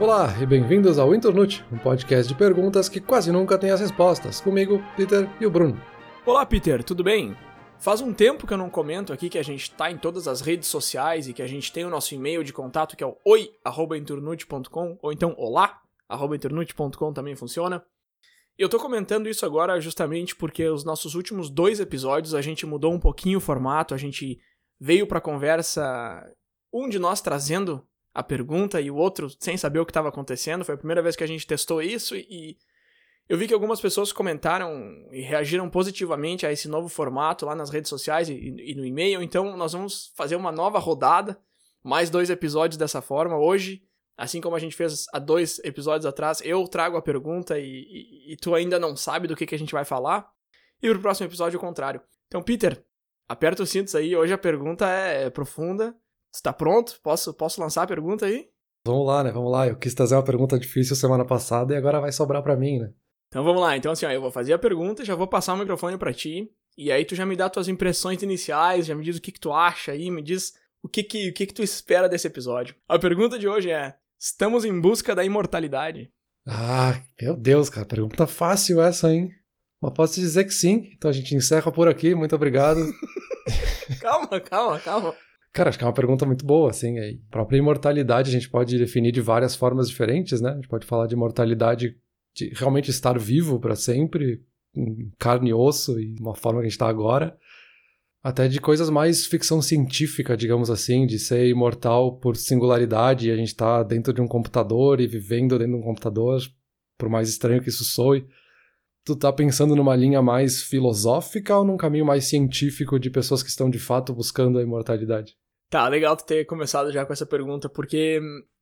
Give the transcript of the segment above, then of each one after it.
Olá e bem-vindos ao Internute, um podcast de perguntas que quase nunca tem as respostas, comigo, Peter e o Bruno. Olá, Peter, tudo bem? Faz um tempo que eu não comento aqui que a gente tá em todas as redes sociais e que a gente tem o nosso e-mail de contato que é o oi@internute.com ou então olá@internute.com também funciona. Eu tô comentando isso agora justamente porque os nossos últimos 2 episódios a gente mudou um pouquinho o formato, a gente veio pra conversa, um de nós trazendo a pergunta e o outro sem saber o que estava acontecendo. Foi a primeira vez que a gente testou isso e eu vi que algumas pessoas comentaram e reagiram positivamente a esse novo formato lá nas redes sociais e no e-mail. Então nós vamos fazer uma nova rodada, mais 2 episódios dessa forma. Hoje, assim como a gente fez há 2 episódios atrás, eu trago a pergunta e tu ainda não sabe do que a gente vai falar. E pro próximo episódio o contrário. Então, Peter, aperta os cintos aí. Hoje a pergunta é profunda. Você tá pronto? Posso lançar a pergunta aí? Vamos lá, Vamos lá. Eu quis trazer uma pergunta difícil semana passada e agora vai sobrar pra mim, Então vamos lá. Então assim, eu vou fazer a pergunta, já vou passar o microfone pra ti, e aí tu já me dá tuas impressões iniciais, já me diz o que tu acha aí, me diz o que tu espera desse episódio. A pergunta de hoje é: estamos em busca da imortalidade? Ah, meu Deus, cara, pergunta fácil essa, hein? Mas posso dizer que sim. Então a gente encerra por aqui, muito obrigado. Calma. Cara, acho que é uma pergunta muito boa, assim. A própria imortalidade a gente pode definir de várias formas diferentes, né? A gente pode falar de imortalidade de realmente estar vivo para sempre, em carne e osso, e uma forma que a gente está agora, até de coisas mais ficção científica, digamos assim, de ser imortal por singularidade, e a gente tá dentro de um computador e vivendo dentro de um computador, por mais estranho que isso soe. Tu tá pensando numa linha mais filosófica ou num caminho mais científico de pessoas que estão de fato buscando a imortalidade? Tá, legal tu ter começado já com essa pergunta, porque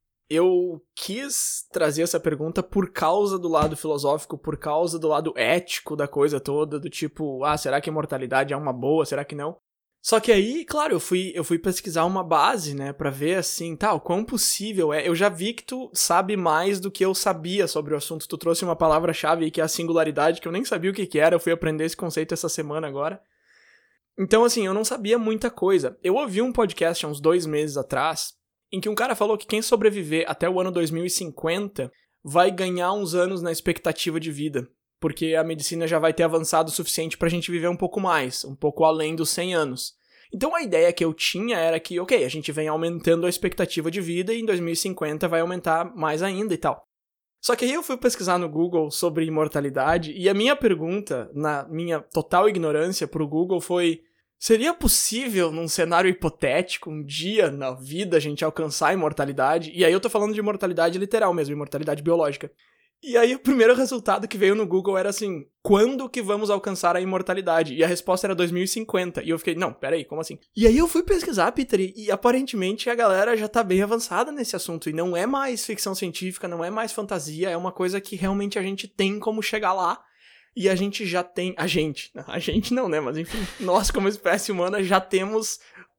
eu quis trazer essa pergunta por causa do lado filosófico, por causa do lado ético da coisa toda, do tipo, será que a imortalidade é uma boa, será que não? Só que aí, claro, eu fui pesquisar uma base, né, pra ver assim, tá, o quão possível é. Eu já vi que tu sabe mais do que eu sabia sobre o assunto, tu trouxe uma palavra-chave aí que é a singularidade, que eu nem sabia o que era, eu fui aprender esse conceito essa semana agora. Então, assim, eu não sabia muita coisa. Eu ouvi um podcast há uns 2 meses atrás, em que um cara falou que quem sobreviver até o ano 2050 vai ganhar uns anos na expectativa de vida, porque a medicina já vai ter avançado o suficiente pra gente viver um pouco mais, um pouco além dos 100 anos. Então a ideia que eu tinha era que, ok, a gente vem aumentando a expectativa de vida e em 2050 vai aumentar mais ainda e tal. Só que aí eu fui pesquisar no Google sobre imortalidade e a minha pergunta, na minha total ignorância pro Google foi: seria possível, num cenário hipotético, um dia na vida a gente alcançar a imortalidade? E aí eu tô falando de imortalidade literal mesmo, imortalidade biológica. E aí o primeiro resultado que veio no Google era assim: quando que vamos alcançar a imortalidade? E a resposta era 2050. E eu fiquei, não, peraí, como assim? E aí eu fui pesquisar, Peter, e aparentemente a galera já tá bem avançada nesse assunto. E não é mais ficção científica, não é mais fantasia, é uma coisa que realmente a gente tem como chegar lá. E a gente já tem... A gente não, né? Mas enfim, nós como espécie humana já temos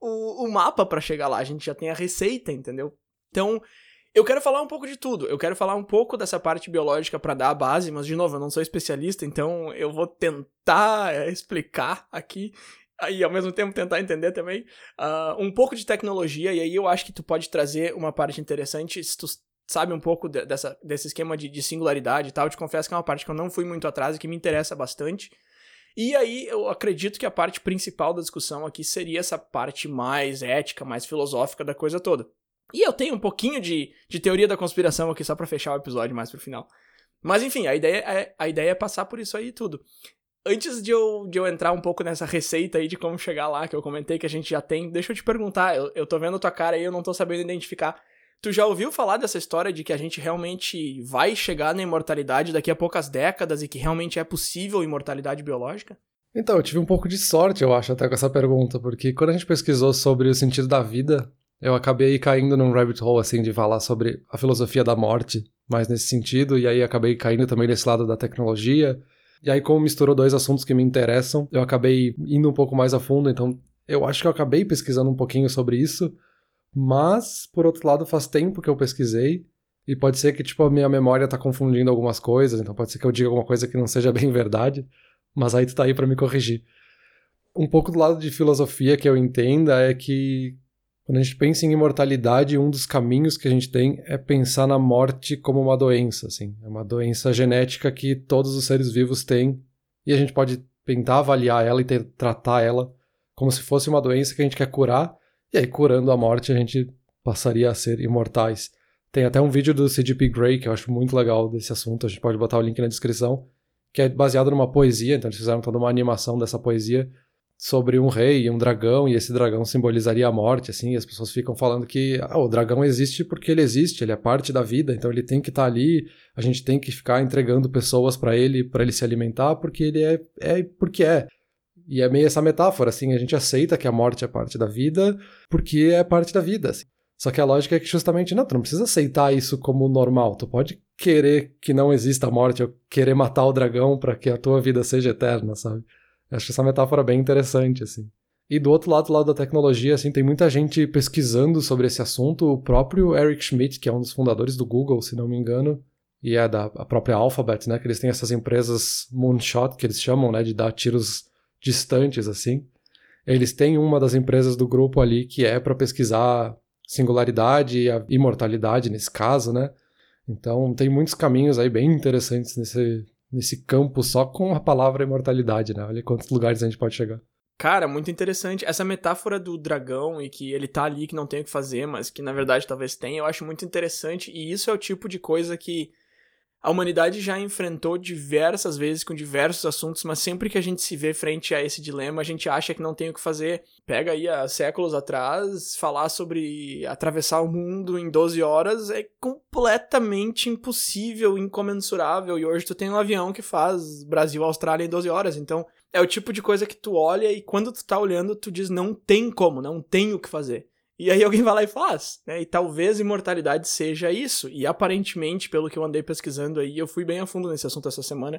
o mapa pra chegar lá. A gente já tem a receita, entendeu? Então, eu quero falar um pouco de tudo. Eu quero falar um pouco dessa parte biológica pra dar a base, mas, de novo, eu não sou especialista, então eu vou tentar explicar aqui e, ao mesmo tempo, tentar entender também um pouco de tecnologia, e aí eu acho que tu pode trazer uma parte interessante se tu sabe um pouco desse esquema de singularidade e tal. Eu te confesso que é uma parte que eu não fui muito atrás e que me interessa bastante. E aí eu acredito que a parte principal da discussão aqui seria essa parte mais ética, mais filosófica da coisa toda. E eu tenho um pouquinho de teoria da conspiração aqui só pra fechar o episódio mais pro final. Mas enfim, a ideia é passar por isso aí tudo. Antes de eu entrar um pouco nessa receita aí de como chegar lá, que eu comentei que a gente já tem, deixa eu te perguntar, eu tô vendo tua cara aí, eu não tô sabendo identificar. Tu já ouviu falar dessa história de que a gente realmente vai chegar na imortalidade daqui a poucas décadas e que realmente é possível imortalidade biológica? Então, eu tive um pouco de sorte, eu acho, até com essa pergunta, porque quando a gente pesquisou sobre o sentido da vida, eu acabei caindo num rabbit hole, assim, de falar sobre a filosofia da morte, mais nesse sentido, e aí acabei caindo também nesse lado da tecnologia. E aí, como misturou 2 assuntos que me interessam, eu acabei indo um pouco mais a fundo, então eu acho que eu acabei pesquisando um pouquinho sobre isso. Mas, por outro lado, faz tempo que eu pesquisei e pode ser que, tipo, a minha memória tá confundindo algumas coisas, então pode ser que eu diga alguma coisa que não seja bem verdade, mas aí tu tá aí pra me corrigir. Um pouco do lado de filosofia que eu entenda é que Quando a gente pensa em imortalidade, um dos caminhos que a gente tem é pensar na morte como uma doença, assim. É uma doença genética que todos os seres vivos têm e a gente pode tentar avaliar ela e tratar ela como se fosse uma doença que a gente quer curar, e aí curando a morte a gente passaria a ser imortais. Tem até um vídeo do C.G.P. Grey que eu acho muito legal desse assunto, a gente pode botar o link na descrição, que é baseado numa poesia, então eles fizeram toda uma animação dessa poesia sobre um rei e um dragão, e esse dragão simbolizaria a morte, assim, e as pessoas ficam falando que o dragão existe porque ele existe, ele é parte da vida, então ele tem que estar ali, a gente tem que ficar entregando pessoas para ele se alimentar, porque ele é porque é. E é meio essa metáfora, assim, a gente aceita que a morte é parte da vida porque é parte da vida, assim. Só que a lógica é que justamente, não, tu não precisa aceitar isso como normal, tu pode querer que não exista a morte, ou querer matar o dragão para que a tua vida seja eterna, sabe? Eu acho essa metáfora bem interessante, assim. E do outro lado da tecnologia, assim, tem muita gente pesquisando sobre esse assunto, o próprio Eric Schmidt, que é um dos fundadores do Google, se não me engano, e é da própria Alphabet, né, que eles têm essas empresas moonshot, que eles chamam, né, de dar tiros distantes, assim. Eles têm uma das empresas do grupo ali que é para pesquisar singularidade e a imortalidade nesse caso, né? Então tem muitos caminhos aí bem interessantes nesse campo só com a palavra imortalidade, né? Olha quantos lugares a gente pode chegar. Cara, muito interessante. Essa metáfora do dragão e que ele tá ali, que não tem o que fazer, mas que na verdade talvez tenha, eu acho muito interessante. E isso é o tipo de coisa que a humanidade já enfrentou diversas vezes com diversos assuntos, mas sempre que a gente se vê frente a esse dilema, a gente acha que não tem o que fazer. Pega aí há séculos atrás, falar sobre atravessar o mundo em 12 horas é completamente impossível, incomensurável, e hoje tu tem um avião que faz Brasil-Austrália em 12 horas, então é o tipo de coisa que tu olha e quando tu tá olhando, tu diz não tem como, não tem o que fazer. E aí alguém vai lá e faz, né? E talvez imortalidade seja isso. E aparentemente, pelo que eu andei pesquisando aí, eu fui bem a fundo nesse assunto essa semana,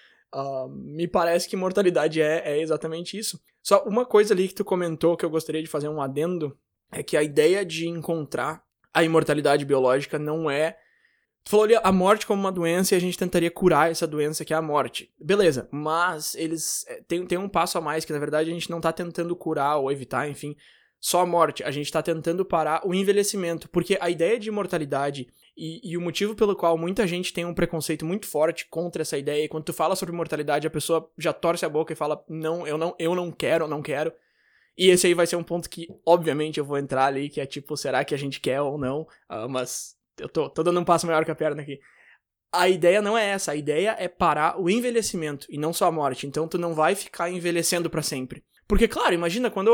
me parece que imortalidade é exatamente isso. Só uma coisa ali que tu comentou que eu gostaria de fazer um adendo, é que a ideia de encontrar a imortalidade biológica não é... Tu falou ali a morte como uma doença e a gente tentaria curar essa doença que é a morte. Beleza, mas eles tem um passo a mais que na verdade a gente não tá tentando curar ou evitar, enfim... Só a morte, a gente está tentando parar o envelhecimento, porque a ideia de imortalidade e o motivo pelo qual muita gente tem um preconceito muito forte contra essa ideia, e quando tu fala sobre imortalidade, a pessoa já torce a boca e fala, não, eu não quero, e esse aí vai ser um ponto que, obviamente, eu vou entrar ali, que é tipo, será que a gente quer ou não, mas eu tô dando um passo maior que a perna aqui. A ideia não é essa, a ideia é parar o envelhecimento, e não só a morte, então tu não vai ficar envelhecendo para sempre. Porque, claro, imagina quando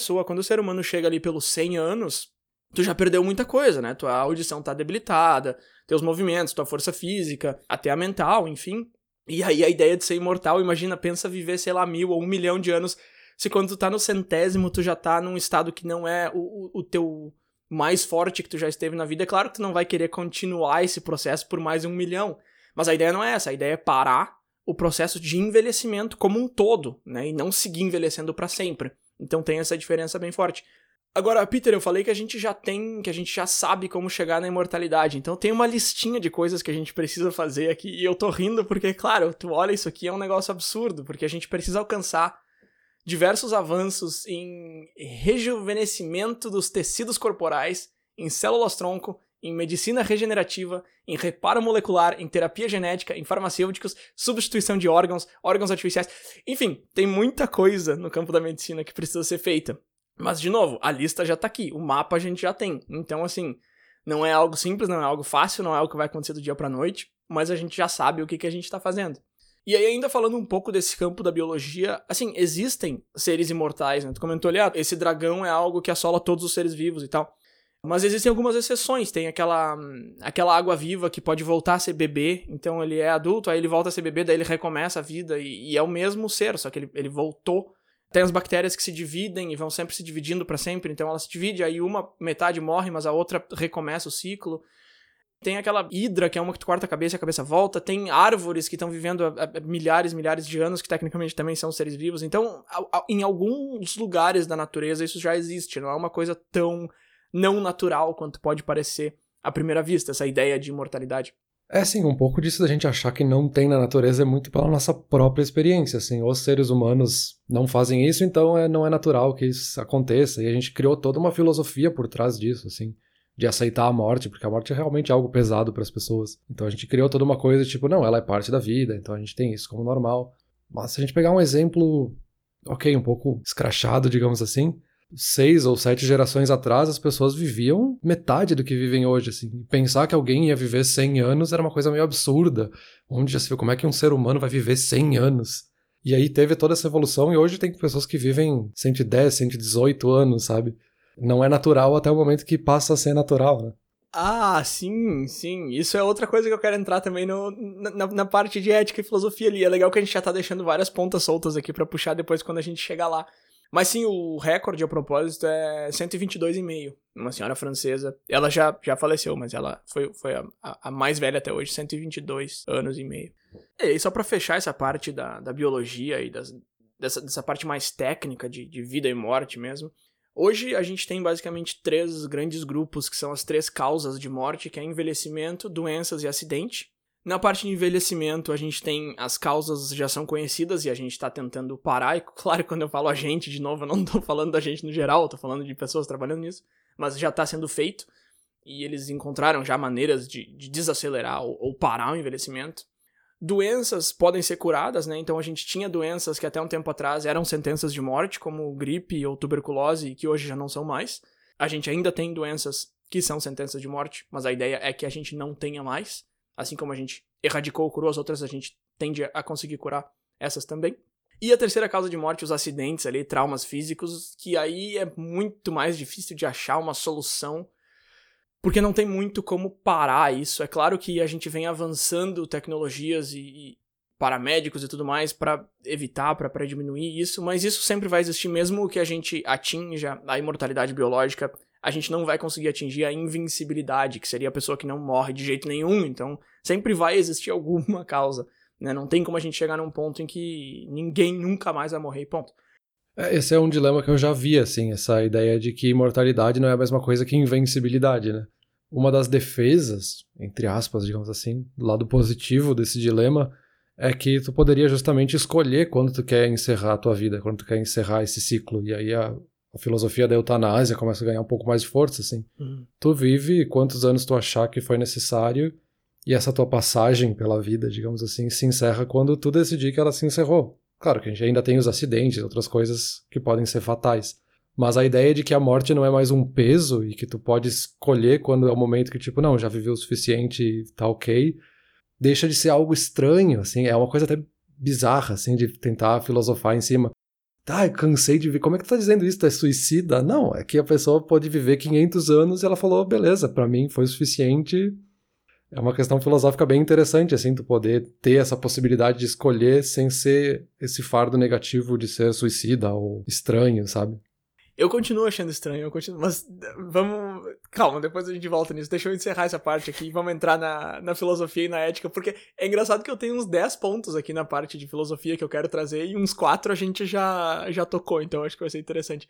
o ser humano chega ali pelos 100 anos, tu já perdeu muita coisa, né? Tua audição tá debilitada, teus movimentos, tua força física, até a mental, enfim. E aí a ideia de ser imortal, imagina, pensa viver, sei lá, 1000 ou 1 milhão de anos, se quando tu tá no 100º, tu já tá num estado que não é o teu mais forte que tu já esteve na vida. É claro que tu não vai querer continuar esse processo por mais 1 milhão, mas a ideia não é essa, a ideia é parar o processo de envelhecimento como um todo, né, e não seguir envelhecendo para sempre. Então tem essa diferença bem forte. Agora, Peter, eu falei que a gente já sabe como chegar na imortalidade, então tem uma listinha de coisas que a gente precisa fazer aqui, e eu tô rindo porque, claro, tu olha isso aqui, é um negócio absurdo, porque a gente precisa alcançar diversos avanços em rejuvenescimento dos tecidos corporais, em células-tronco, em medicina regenerativa, em reparo molecular, em terapia genética, em farmacêuticos, substituição de órgãos artificiais. Enfim, tem muita coisa no campo da medicina que precisa ser feita. Mas, de novo, a lista já tá aqui, o mapa a gente já tem. Então, assim, não é algo simples, não é algo fácil, não é algo que vai acontecer do dia pra noite, mas a gente já sabe o que a gente tá fazendo. E aí, ainda falando um pouco desse campo da biologia, assim, existem seres imortais, né? Tu comentou ali, esse dragão é algo que assola todos os seres vivos e tal. Mas existem algumas exceções, tem aquela água-viva que pode voltar a ser bebê, então ele é adulto, aí ele volta a ser bebê, daí ele recomeça a vida, e é o mesmo ser, só que ele voltou. Tem as bactérias que se dividem e vão sempre se dividindo para sempre, então ela se divide, aí uma metade morre, mas a outra recomeça o ciclo. Tem aquela hidra, que é uma que tu corta a cabeça e a cabeça volta, tem árvores que estão vivendo há milhares de anos, que tecnicamente também são seres vivos, então em alguns lugares da natureza isso já existe, não é uma coisa tão não natural quanto pode parecer à primeira vista, essa ideia de imortalidade. É, sim, um pouco disso da gente achar que não tem na natureza é muito pela nossa própria experiência, assim, os seres humanos não fazem isso, então não é natural que isso aconteça, e a gente criou toda uma filosofia por trás disso, assim, de aceitar a morte, porque a morte é realmente algo pesado para as pessoas. Então a gente criou toda uma coisa tipo, não, ela é parte da vida, então a gente tem isso como normal. Mas se a gente pegar um exemplo, ok, um pouco escrachado, digamos assim, 6 ou 7 gerações atrás, as pessoas viviam metade do que vivem hoje, assim. Pensar que alguém ia viver 100 anos era uma coisa meio absurda. Onde já se viu como é que um ser humano vai viver 100 anos? E aí teve toda essa evolução e hoje tem pessoas que vivem 110, 118 anos, sabe? Não é natural até o momento que passa a ser natural, né? Ah, sim, sim. Isso é outra coisa que eu quero entrar também na parte de ética e filosofia ali. É legal que a gente já tá deixando várias pontas soltas aqui pra puxar depois quando a gente chegar lá. Mas sim, o recorde, a propósito, é 122,5. Uma senhora francesa. Ela já faleceu, mas ela foi a mais velha até hoje, 122 anos e meio. E aí, só pra fechar essa parte da biologia e dessa parte mais técnica de vida e morte mesmo, hoje a gente tem basicamente 3 grandes grupos, que são as 3 causas de morte, que é envelhecimento, doenças e acidente. Na parte de envelhecimento, a gente tem as causas já são conhecidas e a gente tá tentando parar, e claro, quando eu falo a gente, de novo, eu não tô falando da gente no geral, eu tô falando de pessoas trabalhando nisso, mas já tá sendo feito, e eles encontraram já maneiras de desacelerar ou parar o envelhecimento. Doenças podem ser curadas, né? Então a gente tinha doenças que até um tempo atrás eram sentenças de morte, como gripe ou tuberculose, que hoje já não são mais. A gente ainda tem doenças que são sentenças de morte, mas a ideia é que a gente não tenha mais. Assim como a gente erradicou ou curou as outras, a gente tende a conseguir curar essas também. E a terceira causa de morte, os acidentes ali, traumas físicos, que aí é muito mais difícil de achar uma solução, porque não tem muito como parar isso. É claro que a gente vem avançando tecnologias e paramédicos e tudo mais para evitar, para diminuir isso, mas isso sempre vai existir, mesmo que a gente atinja a imortalidade biológica, a gente não vai conseguir atingir a invencibilidade, que seria a pessoa que não morre de jeito nenhum, então sempre vai existir alguma causa, né? Não tem como a gente chegar num ponto em que ninguém nunca mais vai morrer, ponto. Esse é um dilema que eu já vi, assim, essa ideia de que imortalidade não é a mesma coisa que invencibilidade, né? Uma das defesas, entre aspas, digamos assim, do lado positivo desse dilema, é que tu poderia justamente escolher quando tu quer encerrar a tua vida, quando tu quer encerrar esse ciclo, e aí a filosofia da eutanásia começa a ganhar um pouco mais de força, assim. Tu vive quantos anos tu achar que foi necessário, e essa tua passagem pela vida, digamos assim, se encerra quando tu decidir que ela se encerrou. Claro que a gente ainda tem os acidentes, outras coisas que podem ser fatais. Mas a ideia de que a morte não é mais um peso e que tu pode escolher quando é o momento que, tipo, não, já viveu o suficiente e tá ok, deixa de ser algo estranho, assim, é uma coisa até bizarra, assim, de tentar filosofar em cima. Tá, eu cansei de ver, como é que tu tá dizendo isso? Tu é suicida? Não, é que a pessoa pode viver 500 anos e ela falou, beleza, pra mim foi o suficiente. É uma questão filosófica bem interessante, assim, tu poder ter essa possibilidade de escolher sem ser esse fardo negativo de ser suicida ou estranho, sabe? Eu continuo achando estranho, mas vamos... Calma, depois a gente volta nisso. Deixa eu encerrar essa parte aqui e vamos entrar na filosofia e na ética, porque é engraçado que eu tenho uns 10 pontos aqui na parte de filosofia que eu quero trazer e uns 4 a gente já tocou, então acho que vai ser interessante.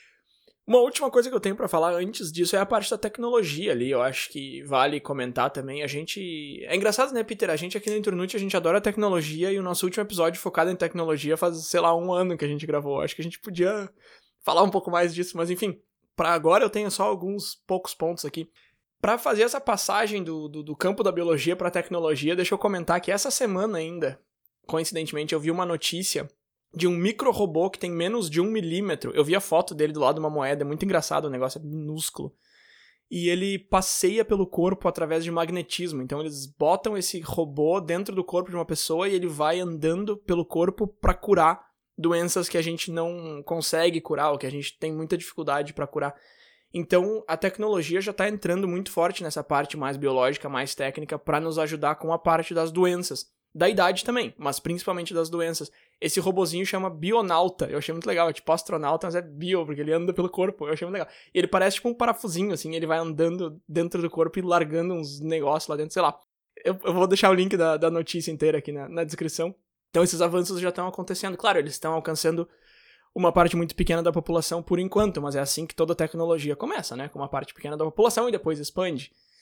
Uma última coisa que eu tenho pra falar antes disso é a parte da tecnologia ali, eu acho que vale comentar também. A gente... É engraçado, né, Peter? A gente aqui no Internute, a gente adora tecnologia e o nosso último episódio focado em tecnologia faz, sei lá, 1 ano que a gente gravou. Acho que a gente podia falar um pouco mais disso, mas enfim, pra agora eu tenho só alguns poucos pontos aqui. Pra fazer essa passagem do campo da biologia pra tecnologia, deixa eu comentar que essa semana ainda, coincidentemente, eu vi uma notícia de um micro-robô que tem menos de 1 milímetro. Eu vi a foto dele do lado de uma moeda, é muito engraçado, o negócio é minúsculo. E ele passeia pelo corpo através de magnetismo. Então eles botam esse robô dentro do corpo de uma pessoa e ele vai andando pelo corpo pra curar doenças que a gente não consegue curar, ou que a gente tem muita dificuldade para curar. Então, a tecnologia já está entrando muito forte nessa parte mais biológica, mais técnica, para nos ajudar com a parte das doenças. Da idade também, mas principalmente das doenças. Esse robozinho chama Bionauta, eu achei muito legal, é tipo astronauta, mas é bio, porque ele anda pelo corpo, eu achei muito legal. E ele parece tipo um parafusinho, assim, ele vai andando dentro do corpo e largando uns negócios lá dentro, sei lá. Eu vou deixar o link da notícia inteira aqui na descrição. Então esses avanços já estão acontecendo. Claro, eles estão alcançando uma parte muito pequena da população por enquanto, mas é assim que toda tecnologia começa, né? Com uma parte pequena da população e depois expande.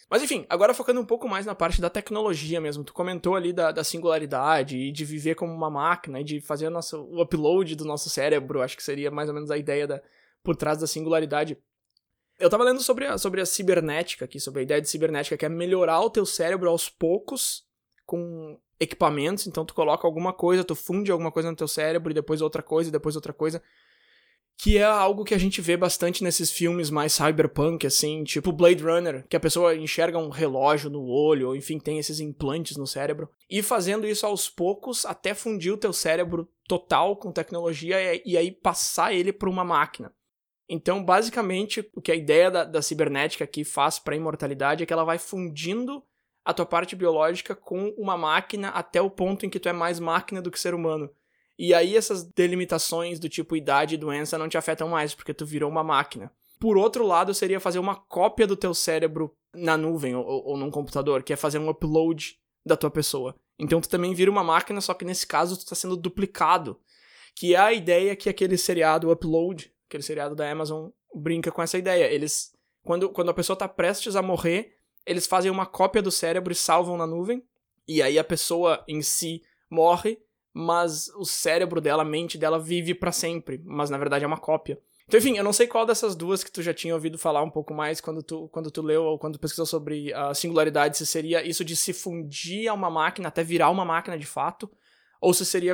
Mas enfim, agora focando um pouco mais na parte da tecnologia mesmo. Tu comentou ali da singularidade e de viver como uma máquina e de fazer o upload do nosso cérebro. Acho que seria mais ou menos a ideia por trás da singularidade. Eu tava lendo sobre a cibernética aqui, sobre a ideia de cibernética, que é melhorar o teu cérebro aos poucos com equipamentos. Então tu coloca alguma coisa, tu funde alguma coisa no teu cérebro e depois outra coisa, e depois outra coisa. Que é algo que a gente vê bastante nesses filmes mais cyberpunk, assim, tipo Blade Runner, que a pessoa enxerga um relógio no olho, ou enfim, tem esses implantes no cérebro. E fazendo isso aos poucos, até fundir o teu cérebro total com tecnologia e aí passar ele para uma máquina. Então, basicamente, o que a ideia da cibernética aqui faz para a imortalidade é que ela vai fundindo a tua parte biológica com uma máquina até o ponto em que tu é mais máquina do que ser humano. E aí essas delimitações do tipo idade e doença não te afetam mais, porque tu virou uma máquina. Por outro lado, seria fazer uma cópia do teu cérebro na nuvem ou num computador, que é fazer um upload da tua pessoa. Então tu também vira uma máquina, só que nesse caso tu tá sendo duplicado. Que é a ideia que aquele seriado Upload, aquele seriado da Amazon, brinca com essa ideia. Eles, quando a pessoa tá prestes a morrer, eles fazem uma cópia do cérebro e salvam na nuvem, e aí a pessoa em si morre, mas o cérebro dela, a mente dela vive pra sempre, mas na verdade é uma cópia. Então, enfim, eu não sei qual dessas duas que tu já tinha ouvido falar um pouco mais quando tu leu ou quando tu pesquisou sobre a singularidade, se seria isso de se fundir a uma máquina até virar uma máquina de fato, ou se seria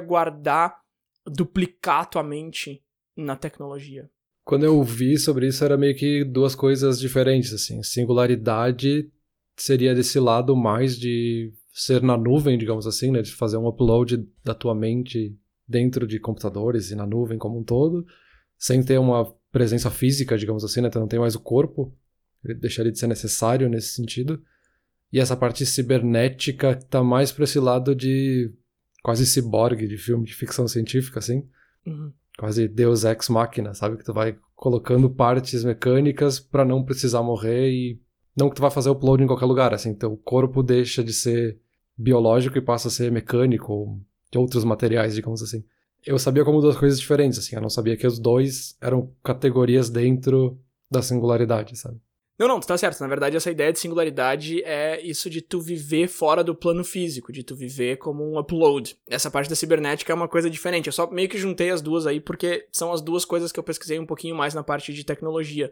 duplicar tua mente na tecnologia. Quando eu vi sobre isso, era meio que duas coisas diferentes, assim. Singularidade seria desse lado mais de ser na nuvem, digamos assim, né? De fazer um upload da tua mente dentro de computadores e na nuvem como um todo, sem ter uma presença física, digamos assim, né? Tu não tem mais o corpo, ele deixaria de ser necessário nesse sentido. E essa parte cibernética tá mais pra esse lado de quase ciborgue, de filme de ficção científica, assim. Uhum. Quase Deus Ex Machina, sabe? Que tu vai colocando partes mecânicas pra não precisar morrer e não que tu vai fazer upload em qualquer lugar, assim. Teu corpo deixa de ser biológico e passa a ser mecânico ou de outros materiais, digamos assim. Eu sabia como duas coisas diferentes, assim. Eu não sabia que os dois eram categorias dentro da singularidade, sabe? Não, tu tá certo. Na verdade, essa ideia de singularidade é isso de tu viver fora do plano físico, de tu viver como um upload. Essa parte da cibernética é uma coisa diferente. Eu só meio que juntei as duas aí porque são as duas coisas que eu pesquisei um pouquinho mais na parte de tecnologia.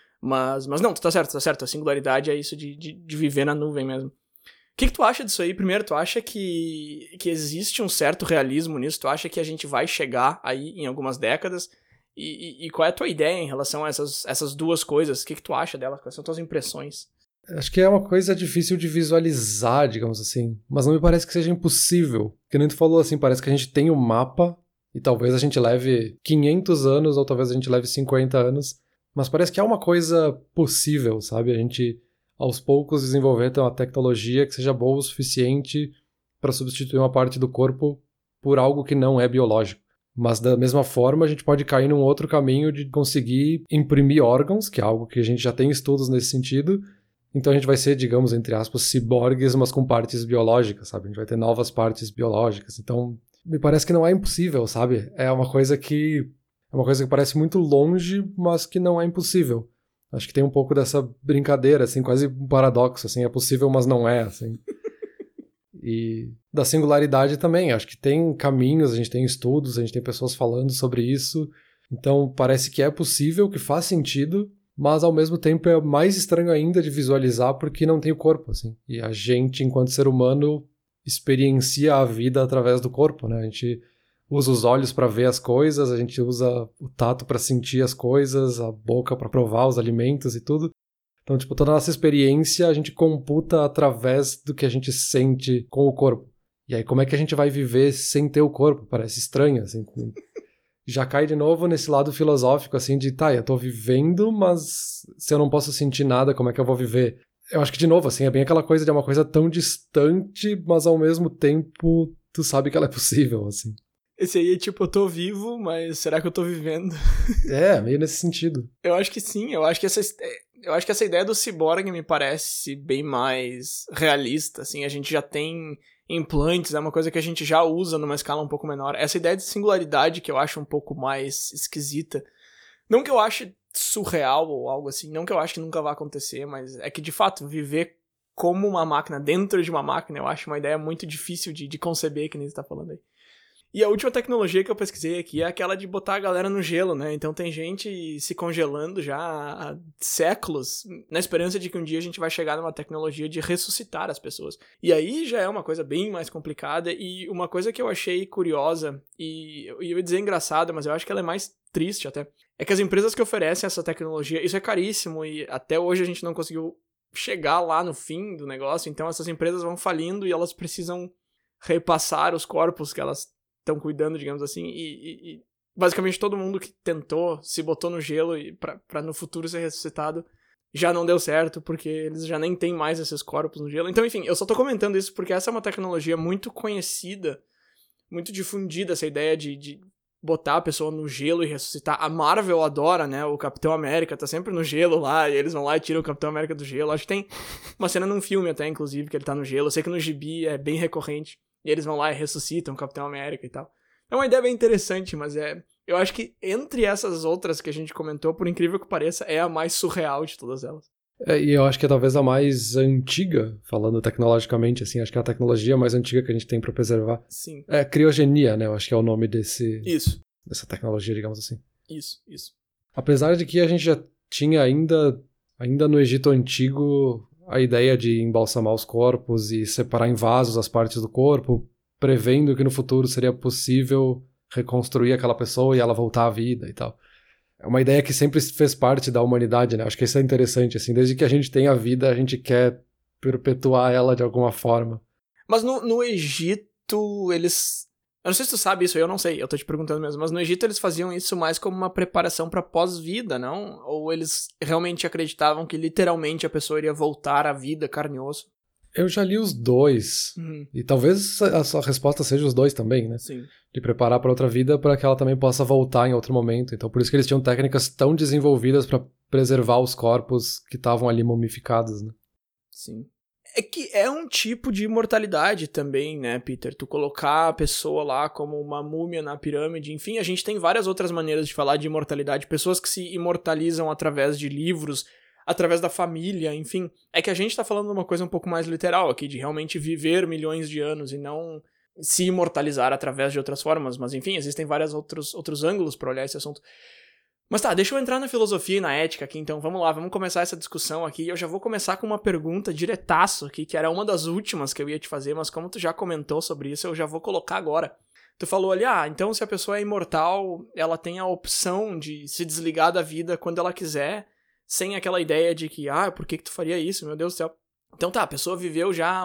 Mas não, tu tá certo. A singularidade é isso de viver na nuvem mesmo. O que tu acha disso aí? Primeiro, tu acha que existe um certo realismo nisso? Tu acha que a gente vai chegar aí em algumas décadas? E qual é a tua ideia em relação a essas duas coisas? O que tu acha delas? Quais são as tuas impressões? Acho que é uma coisa difícil de visualizar, digamos assim. Mas não me parece que seja impossível. Que nem tu falou assim, parece que a gente tem um mapa e talvez a gente leve 500 anos ou talvez a gente leve 50 anos. Mas parece que é uma coisa possível, sabe? A gente, aos poucos, desenvolver uma tecnologia que seja boa o suficiente para substituir uma parte do corpo por algo que não é biológico. Mas da mesma forma, a gente pode cair num outro caminho de conseguir imprimir órgãos, que é algo que a gente já tem estudos nesse sentido. Então a gente vai ser, digamos, entre aspas, ciborgues, mas com partes biológicas, sabe? A gente vai ter novas partes biológicas. Então, me parece que não é impossível, sabe? É uma coisa que parece muito longe, mas que não é impossível. Acho que tem um pouco dessa brincadeira, assim, quase um paradoxo, assim, é possível, mas não é, assim. E da singularidade também, acho que tem caminhos, a gente tem estudos, a gente tem pessoas falando sobre isso, então parece que é possível, que faz sentido, mas ao mesmo tempo é mais estranho ainda de visualizar porque não tem o corpo, assim. E a gente, enquanto ser humano, experiencia a vida através do corpo, né? A gente usa os olhos para ver as coisas, a gente usa o tato para sentir as coisas, a boca para provar os alimentos e tudo. Então, tipo, toda a nossa experiência a gente computa através do que a gente sente com o corpo. E aí, como é que a gente vai viver sem ter o corpo? Parece estranho, assim. Já cai de novo nesse lado filosófico, assim, de, tá, eu tô vivendo, mas se eu não posso sentir nada, como é que eu vou viver? Eu acho que, de novo, assim, é bem aquela coisa de uma coisa tão distante, mas ao mesmo tempo tu sabe que ela é possível, assim. Esse aí é tipo, eu tô vivo, mas será que eu tô vivendo? É, meio nesse sentido. Eu acho que sim, eu acho que essa ideia do ciborgue me parece bem mais realista, assim, a gente já tem implantes, é uma coisa que a gente já usa numa escala um pouco menor. Essa ideia de singularidade que eu acho um pouco mais esquisita, não que eu ache surreal ou algo assim, não que eu acho que nunca vai acontecer, mas é que de fato viver como uma máquina, dentro de uma máquina, eu acho uma ideia muito difícil de conceber, que nem você tá falando aí. E a última tecnologia que eu pesquisei aqui é aquela de botar a galera no gelo, né? Então tem gente se congelando já há séculos, na esperança de que um dia a gente vai chegar numa tecnologia de ressuscitar as pessoas. E aí já é uma coisa bem mais complicada, e uma coisa que eu achei curiosa, e eu ia dizer engraçada, mas eu acho que ela é mais triste até, é que as empresas que oferecem essa tecnologia, isso é caríssimo, e até hoje a gente não conseguiu chegar lá no fim do negócio, então essas empresas vão falindo e elas precisam repassar os corpos que elas estão cuidando, digamos assim, e basicamente todo mundo que tentou, se botou no gelo e pra no futuro ser ressuscitado, já não deu certo, porque eles já nem têm mais esses corpos no gelo. Então, enfim, eu só tô comentando isso porque essa é uma tecnologia muito conhecida, muito difundida, essa ideia de botar a pessoa no gelo e ressuscitar. A Marvel adora, né? O Capitão América tá sempre no gelo lá, e eles vão lá e tiram o Capitão América do gelo. Acho que tem uma cena num filme até, inclusive, que ele tá no gelo. Eu sei que no gibi é bem recorrente. E eles vão lá e ressuscitam o Capitão América e tal. É uma ideia bem interessante, mas eu acho que entre essas outras que a gente comentou, por incrível que pareça, é a mais surreal de todas elas. E eu acho que é talvez a mais antiga, falando tecnologicamente, assim, acho que é a tecnologia mais antiga que a gente tem pra preservar. Sim. É criogenia, né? Eu acho que é o nome Isso. dessa tecnologia, digamos assim. Isso. Apesar de que a gente já tinha ainda no Egito Antigo a ideia de embalsamar os corpos e separar em vasos as partes do corpo, prevendo que no futuro seria possível reconstruir aquela pessoa e ela voltar à vida e tal. É uma ideia que sempre fez parte da humanidade, né? Acho que isso é interessante, assim. Desde que a gente tem a vida, a gente quer perpetuar ela de alguma forma. Mas no Egito, eles... Eu não sei se tu sabe isso, eu não sei, eu tô te perguntando mesmo. Mas no Egito eles faziam isso mais como uma preparação pra pós-vida, não? Ou eles realmente acreditavam que literalmente a pessoa iria voltar à vida, carne e osso? Eu já li os dois. E talvez a sua resposta seja os dois também, né? Sim. De preparar para outra vida para que ela também possa voltar em outro momento. Então por isso que eles tinham técnicas tão desenvolvidas para preservar os corpos que estavam ali mumificados, né? Sim. É que é um tipo de imortalidade também, né, Peter? Tu colocar a pessoa lá como uma múmia na pirâmide, enfim, a gente tem várias outras maneiras de falar de imortalidade. Pessoas que se imortalizam através de livros, através da família, enfim. É que a gente tá falando de uma coisa um pouco mais literal aqui, de realmente viver milhões de anos e não se imortalizar através de outras formas. Mas, enfim, existem vários outros ângulos pra olhar esse assunto. Mas tá, deixa eu entrar na filosofia e na ética aqui, então vamos lá, vamos começar essa discussão aqui. Eu já vou começar com uma pergunta diretaço aqui, que era uma das últimas que eu ia te fazer, mas como tu já comentou sobre isso, eu já vou colocar agora. Tu falou ali, então se a pessoa é imortal, ela tem a opção de se desligar da vida quando ela quiser, sem aquela ideia de que, por que tu faria isso, meu Deus do céu. Então tá, a pessoa viveu já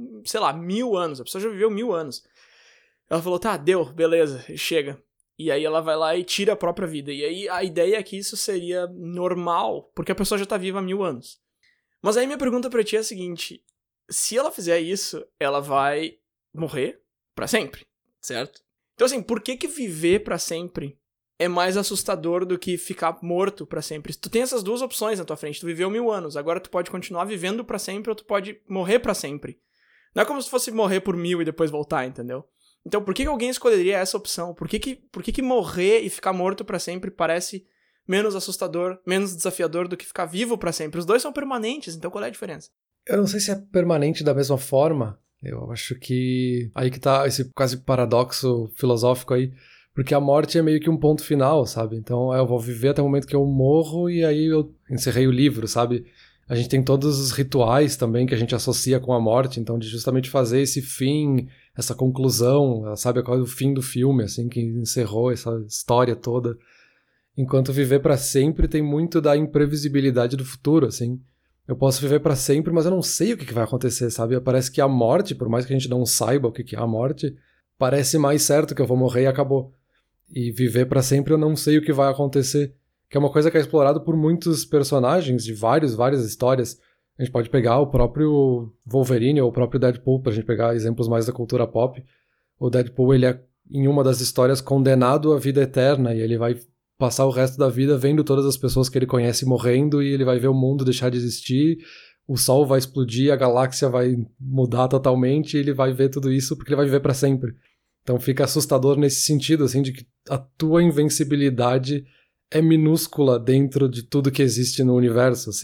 1000 anos, a pessoa já viveu 1000 anos. Ela falou, tá, deu, beleza, chega. E aí ela vai lá e tira a própria vida. E aí a ideia é que isso seria normal, porque a pessoa já tá viva há 1000 anos. Mas aí minha pergunta pra ti é a seguinte, se ela fizer isso, ela vai morrer pra sempre, certo? Então assim, por que viver pra sempre é mais assustador do que ficar morto pra sempre? Tu tem essas duas opções na tua frente, tu viveu 1000 anos, agora tu pode continuar vivendo pra sempre ou tu pode morrer pra sempre. Não é como se fosse morrer por 1000 e depois voltar, entendeu? Então, por que alguém escolheria essa opção? Por que morrer e ficar morto pra sempre parece menos assustador, menos desafiador do que ficar vivo pra sempre? Os dois são permanentes, então qual é a diferença? Eu não sei se é permanente da mesma forma. Eu acho que aí que tá esse quase paradoxo filosófico aí, porque a morte é meio que um ponto final, sabe? Então eu vou viver até o momento que eu morro e aí eu encerrei o livro, sabe? A gente tem todos os rituais também que a gente associa com a morte, então de justamente fazer esse fim, essa conclusão, sabe, qual é o fim do filme, assim, que encerrou essa história toda. Enquanto viver pra sempre tem muito da imprevisibilidade do futuro, assim. Eu posso viver pra sempre, mas eu não sei o que vai acontecer, sabe? Parece que a morte, por mais que a gente não saiba o que é a morte, parece mais certo que eu vou morrer e acabou. E viver pra sempre eu não sei o que vai acontecer. Que é uma coisa que é explorado por muitos personagens de várias histórias. A gente pode pegar o próprio Wolverine ou o próprio Deadpool, pra gente pegar exemplos mais da cultura pop. O Deadpool, ele é, em uma das histórias, condenado à vida eterna, e ele vai passar o resto da vida vendo todas as pessoas que ele conhece morrendo, e ele vai ver o mundo deixar de existir, o sol vai explodir, a galáxia vai mudar totalmente, e ele vai ver tudo isso porque ele vai viver pra sempre. Então fica assustador nesse sentido, assim, de que a tua invencibilidade é minúscula dentro de tudo que existe no universo, assim.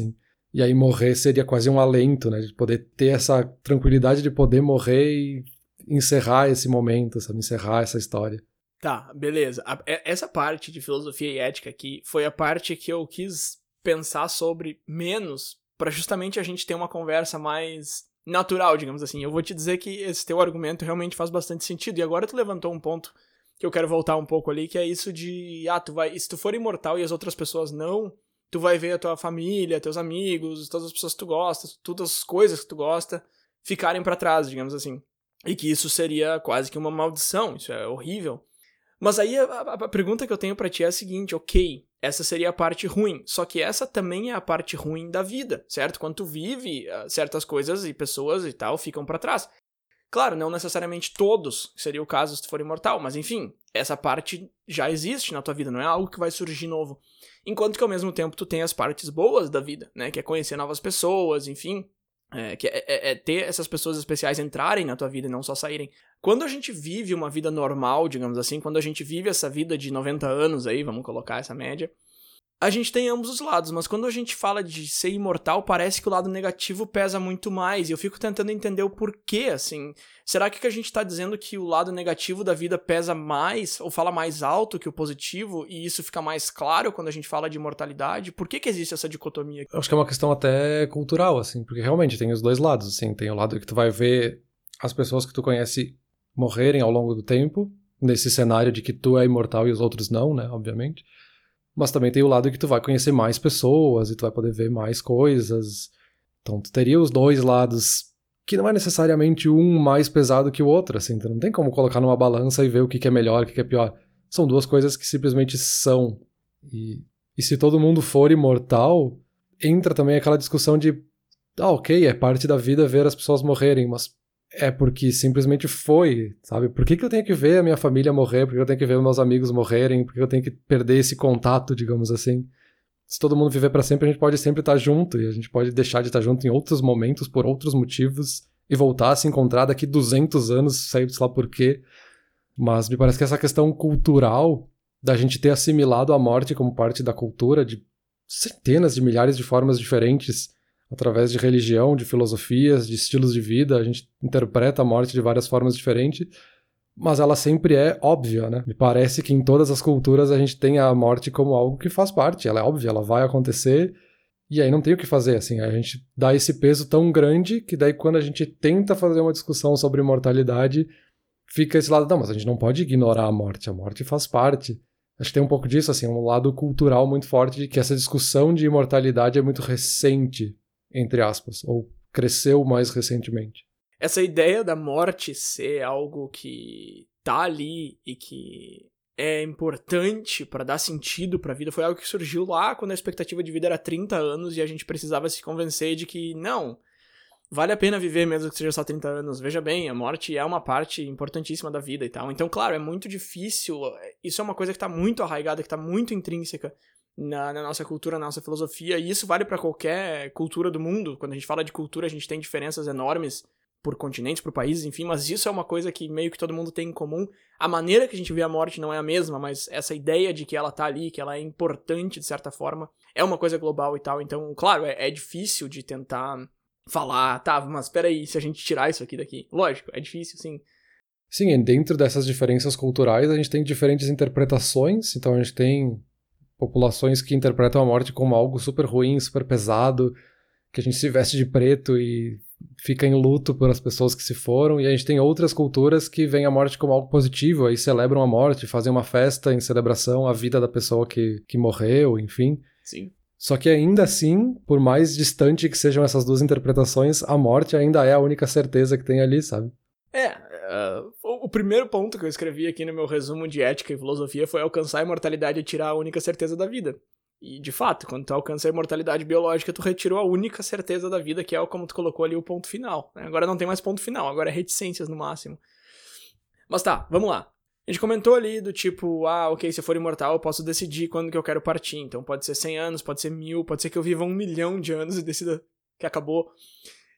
E aí morrer seria quase um alento, né? De poder ter essa tranquilidade de poder morrer e encerrar esse momento, sabe? Encerrar essa história. Tá, beleza. Essa parte de filosofia e ética aqui foi a parte que eu quis pensar sobre menos pra justamente a gente ter uma conversa mais natural, digamos assim. Eu vou te dizer que esse teu argumento realmente faz bastante sentido. E agora tu levantou um ponto que eu quero voltar um pouco ali, que é isso de, se tu for imortal e as outras pessoas não, tu vai ver a tua família, teus amigos, todas as pessoas que tu gosta, todas as coisas que tu gosta, ficarem pra trás, digamos assim. E que isso seria quase que uma maldição, isso é horrível. Mas aí a pergunta que eu tenho pra ti é a seguinte, ok, essa seria a parte ruim, só que essa também é a parte ruim da vida, certo? Quando tu vive, certas coisas e pessoas e tal ficam pra trás. Claro, não necessariamente todos, seria o caso se tu for imortal, mas enfim, essa parte já existe na tua vida, não é algo que vai surgir novo. Enquanto que ao mesmo tempo tu tem as partes boas da vida, né, que é conhecer novas pessoas, enfim, que é ter essas pessoas especiais entrarem na tua vida e não só saírem. Quando a gente vive uma vida normal, digamos assim, quando a gente vive essa vida de 90 anos aí, vamos colocar essa média, a gente tem ambos os lados, mas quando a gente fala de ser imortal, parece que o lado negativo pesa muito mais, e eu fico tentando entender o porquê, assim. Será que a gente tá dizendo que o lado negativo da vida pesa mais, ou fala mais alto que o positivo, e isso fica mais claro quando a gente fala de imortalidade? Por que existe essa dicotomia? Eu acho que é uma questão até cultural, assim, porque realmente tem os dois lados, assim. Tem o lado que tu vai ver as pessoas que tu conhece morrerem ao longo do tempo, nesse cenário de que tu é imortal e os outros não, né, obviamente. Mas também tem o lado que tu vai conhecer mais pessoas e tu vai poder ver mais coisas. Então tu teria os dois lados, que não é necessariamente um mais pesado que o outro, assim. Tu não tem como colocar numa balança e ver o que é melhor, o que é pior. São duas coisas que simplesmente são. E se todo mundo for imortal, entra também aquela discussão de ok, é parte da vida ver as pessoas morrerem, mas é porque simplesmente foi, sabe? Por que eu tenho que ver a minha família morrer? Por que eu tenho que ver meus amigos morrerem? Por que eu tenho que perder esse contato, digamos assim? Se todo mundo viver pra sempre, a gente pode sempre estar junto, e a gente pode deixar de estar junto em outros momentos, por outros motivos, e voltar a se encontrar daqui 200 anos, sei lá por quê. Mas me parece que essa questão cultural da gente ter assimilado a morte como parte da cultura de centenas de milhares de formas diferentes, através de religião, de filosofias, de estilos de vida, a gente interpreta a morte de várias formas diferentes, mas ela sempre é óbvia, né? Me parece que em todas as culturas a gente tem a morte como algo que faz parte, ela é óbvia, ela vai acontecer, e aí não tem o que fazer, assim, a gente dá esse peso tão grande que daí quando a gente tenta fazer uma discussão sobre imortalidade, fica esse lado, não, mas a gente não pode ignorar a morte faz parte. Acho que tem um pouco disso, assim, um lado cultural muito forte de que essa discussão de imortalidade é muito recente, entre aspas, ou cresceu mais recentemente. Essa ideia da morte ser algo que tá ali e que é importante pra dar sentido pra vida foi algo que surgiu lá quando a expectativa de vida era 30 anos e a gente precisava se convencer de que não, vale a pena viver mesmo que seja só 30 anos. Veja bem, a morte é uma parte importantíssima da vida e tal. Então, claro, é muito difícil, isso é uma coisa que tá muito arraigada, que tá muito intrínseca na nossa cultura, na nossa filosofia, e isso vale pra qualquer cultura do mundo. Quando a gente fala de cultura, a gente tem diferenças enormes por continentes, por países, enfim, mas isso é uma coisa que meio que todo mundo tem em comum. A maneira que a gente vê a morte não é a mesma, mas essa ideia de que ela tá ali, que ela é importante de certa forma, é uma coisa global e tal. Então, claro, é difícil de tentar falar, tá, mas peraí, se a gente tirar isso aqui daqui. Lógico, é difícil, sim. Sim, e dentro dessas diferenças culturais a gente tem diferentes interpretações, então a gente tem populações que interpretam a morte como algo super ruim, super pesado, que a gente se veste de preto e fica em luto por as pessoas que se foram, e a gente tem outras culturas que veem a morte como algo positivo, aí celebram a morte, fazem uma festa em celebração à vida da pessoa que morreu, enfim. Sim. Só que ainda assim, por mais distante que sejam essas duas interpretações, a morte ainda é a única certeza que tem ali, sabe? O primeiro ponto que eu escrevi aqui no meu resumo de ética e filosofia foi alcançar a imortalidade e tirar a única certeza da vida. E, de fato, quando tu alcança a imortalidade biológica, tu retirou a única certeza da vida, que é como tu colocou ali o ponto final. Né? Agora não tem mais ponto final, agora é reticências no máximo. Mas tá, vamos lá. A gente comentou ali do tipo, ok, se eu for imortal eu posso decidir quando que eu quero partir. Então pode ser 100 anos, pode ser 1000, pode ser que eu viva 1 milhão de anos e decida que acabou.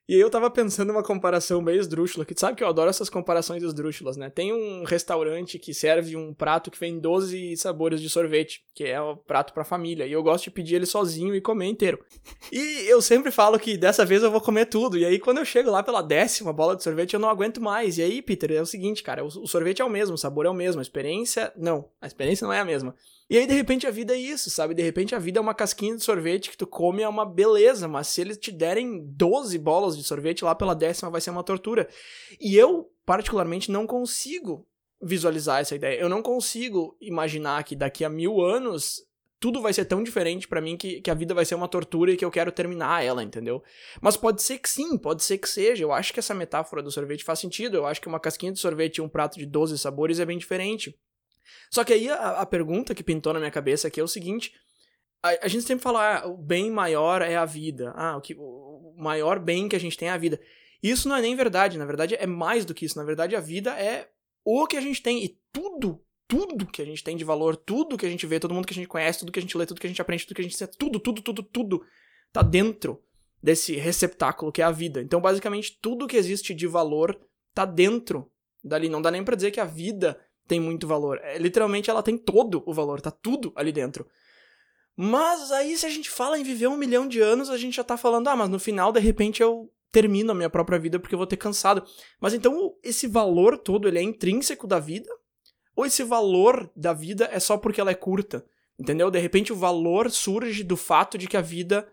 E aí eu tava pensando numa comparação meio esdrúxula, que tu sabe que eu adoro essas comparações esdrúxulas, né? Tem um restaurante que serve um prato que vem 12 sabores de sorvete, que é o prato pra família, e eu gosto de pedir ele sozinho e comer inteiro. E eu sempre falo que dessa vez eu vou comer tudo, e aí quando eu chego lá pela 10ª bola de sorvete eu não aguento mais. E aí, Peter, é o seguinte, cara, o sorvete é o mesmo, o sabor é o mesmo, a experiência não é a mesma. E aí, de repente, a vida é isso, sabe? De repente, a vida é uma casquinha de sorvete que tu come, é uma beleza, mas se eles te derem 12 bolas de sorvete, lá pela 10ª vai ser uma tortura. E eu, particularmente, não consigo visualizar essa ideia. Eu não consigo imaginar que daqui a 1000 anos tudo vai ser tão diferente pra mim que a vida vai ser uma tortura e que eu quero terminar ela, entendeu? Mas pode ser que sim, pode ser que seja. Eu acho que essa metáfora do sorvete faz sentido. Eu acho que uma casquinha de sorvete e um prato de 12 sabores é bem diferente. Só que aí a pergunta que pintou na minha cabeça aqui é o seguinte, a gente sempre fala, o bem maior é a vida, o maior bem que a gente tem é a vida. Isso não é nem verdade, na verdade é mais do que isso, na verdade a vida é o que a gente tem, e tudo que a gente tem de valor, tudo que a gente vê, todo mundo que a gente conhece, tudo que a gente lê, tudo que a gente aprende, tudo que a gente sente, tudo tá dentro desse receptáculo que é a vida. Então basicamente tudo que existe de valor tá dentro dali, não dá nem pra dizer que a vida tem muito valor. Literalmente ela tem todo o valor, tá tudo ali dentro. Mas aí se a gente fala em viver 1 milhão de anos, a gente já tá falando, mas no final de repente eu termino a minha própria vida porque eu vou ter cansado. Mas então esse valor todo, ele é intrínseco da vida? Ou esse valor da vida é só porque ela é curta? Entendeu? De repente o valor surge do fato de que a vida